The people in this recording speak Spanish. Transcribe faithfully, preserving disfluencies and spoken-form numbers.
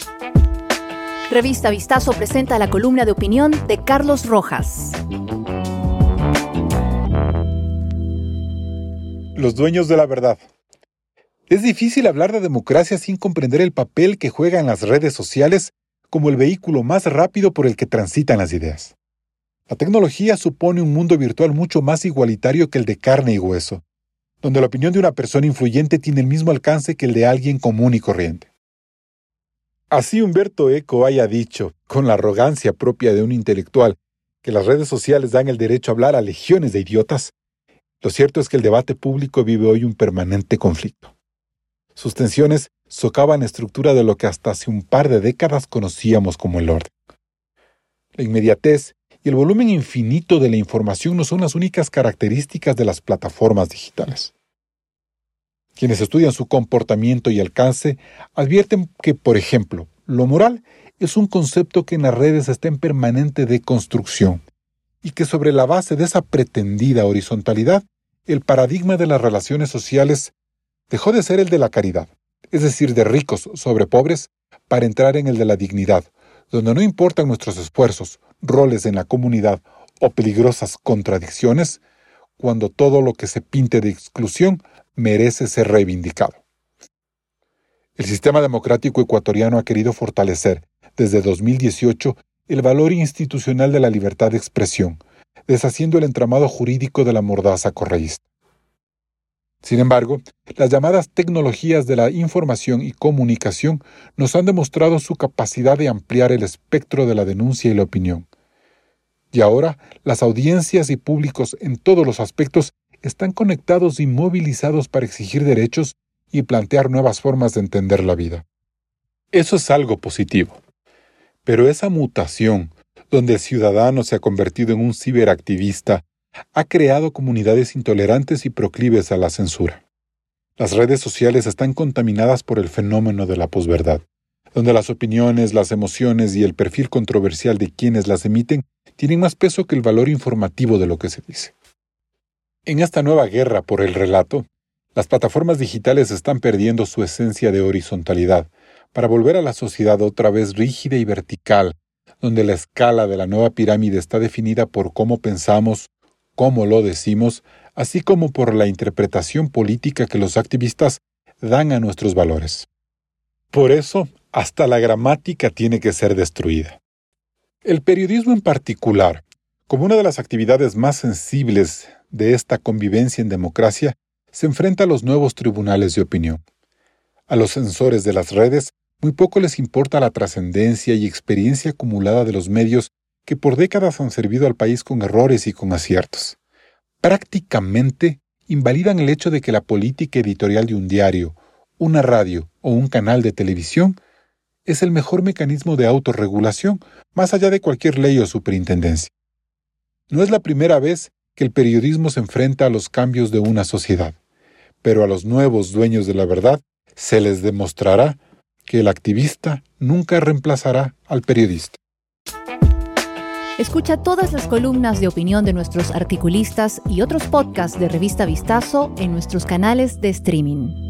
Revista Vistazo presenta la columna de opinión de Carlos Rojas. Los dueños de la verdad. Es difícil hablar de democracia sin comprender el papel que juegan las redes sociales como el vehículo más rápido por el que transitan las ideas. La tecnología supone un mundo virtual mucho más igualitario que el de carne y hueso, donde la opinión de una persona influyente tiene el mismo alcance que el de alguien común y corriente. Así Humberto Eco haya dicho, con la arrogancia propia de un intelectual, que las redes sociales dan el derecho a hablar a legiones de idiotas, lo cierto es que el debate público vive hoy un permanente conflicto. Sus tensiones socavan la estructura de lo que hasta hace un par de décadas conocíamos como el orden. La inmediatez y el volumen infinito de la información no son las únicas características de las plataformas digitales. Quienes estudian su comportamiento y alcance advierten que, por ejemplo, lo moral es un concepto que en las redes está en permanente deconstrucción y que sobre la base de esa pretendida horizontalidad, el paradigma de las relaciones sociales dejó de ser el de la caridad, es decir, de ricos sobre pobres, para entrar en el de la dignidad, donde no importan nuestros esfuerzos, roles en la comunidad o peligrosas contradicciones, cuando todo lo que se pinte de exclusión merece ser reivindicado. El sistema democrático ecuatoriano ha querido fortalecer, desde dos mil dieciocho, el valor institucional de la libertad de expresión, deshaciendo el entramado jurídico de la mordaza correísta. Sin embargo, las llamadas tecnologías de la información y comunicación nos han demostrado su capacidad de ampliar el espectro de la denuncia y la opinión. Y ahora, las audiencias y públicos en todos los aspectos están conectados y movilizados para exigir derechos y plantear nuevas formas de entender la vida. Eso es algo positivo. Pero esa mutación, donde el ciudadano se ha convertido en un ciberactivista, ha creado comunidades intolerantes y proclives a la censura. Las redes sociales están contaminadas por el fenómeno de la posverdad, donde las opiniones, las emociones y el perfil controversial de quienes las emiten tienen más peso que el valor informativo de lo que se dice. En esta nueva guerra por el relato, las plataformas digitales están perdiendo su esencia de horizontalidad para volver a la sociedad otra vez rígida y vertical, donde la escala de la nueva pirámide está definida por cómo pensamos, cómo lo decimos, así como por la interpretación política que los activistas dan a nuestros valores. Por eso, hasta la gramática tiene que ser destruida. El periodismo en particular, como una de las actividades más sensibles de esta convivencia en democracia, se enfrenta a los nuevos tribunales de opinión. A los censores de las redes muy poco les importa la trascendencia y experiencia acumulada de los medios que por décadas han servido al país con errores y con aciertos. Prácticamente invalidan el hecho de que la política editorial de un diario, una radio o un canal de televisión es el mejor mecanismo de autorregulación más allá de cualquier ley o superintendencia. No es la primera vez que el periodismo se enfrenta a los cambios de una sociedad, pero a los nuevos dueños de la verdad se les demostrará que el activista nunca reemplazará al periodista. Escucha todas las columnas de opinión de nuestros articulistas y otros podcasts de Revista Vistazo en nuestros canales de streaming.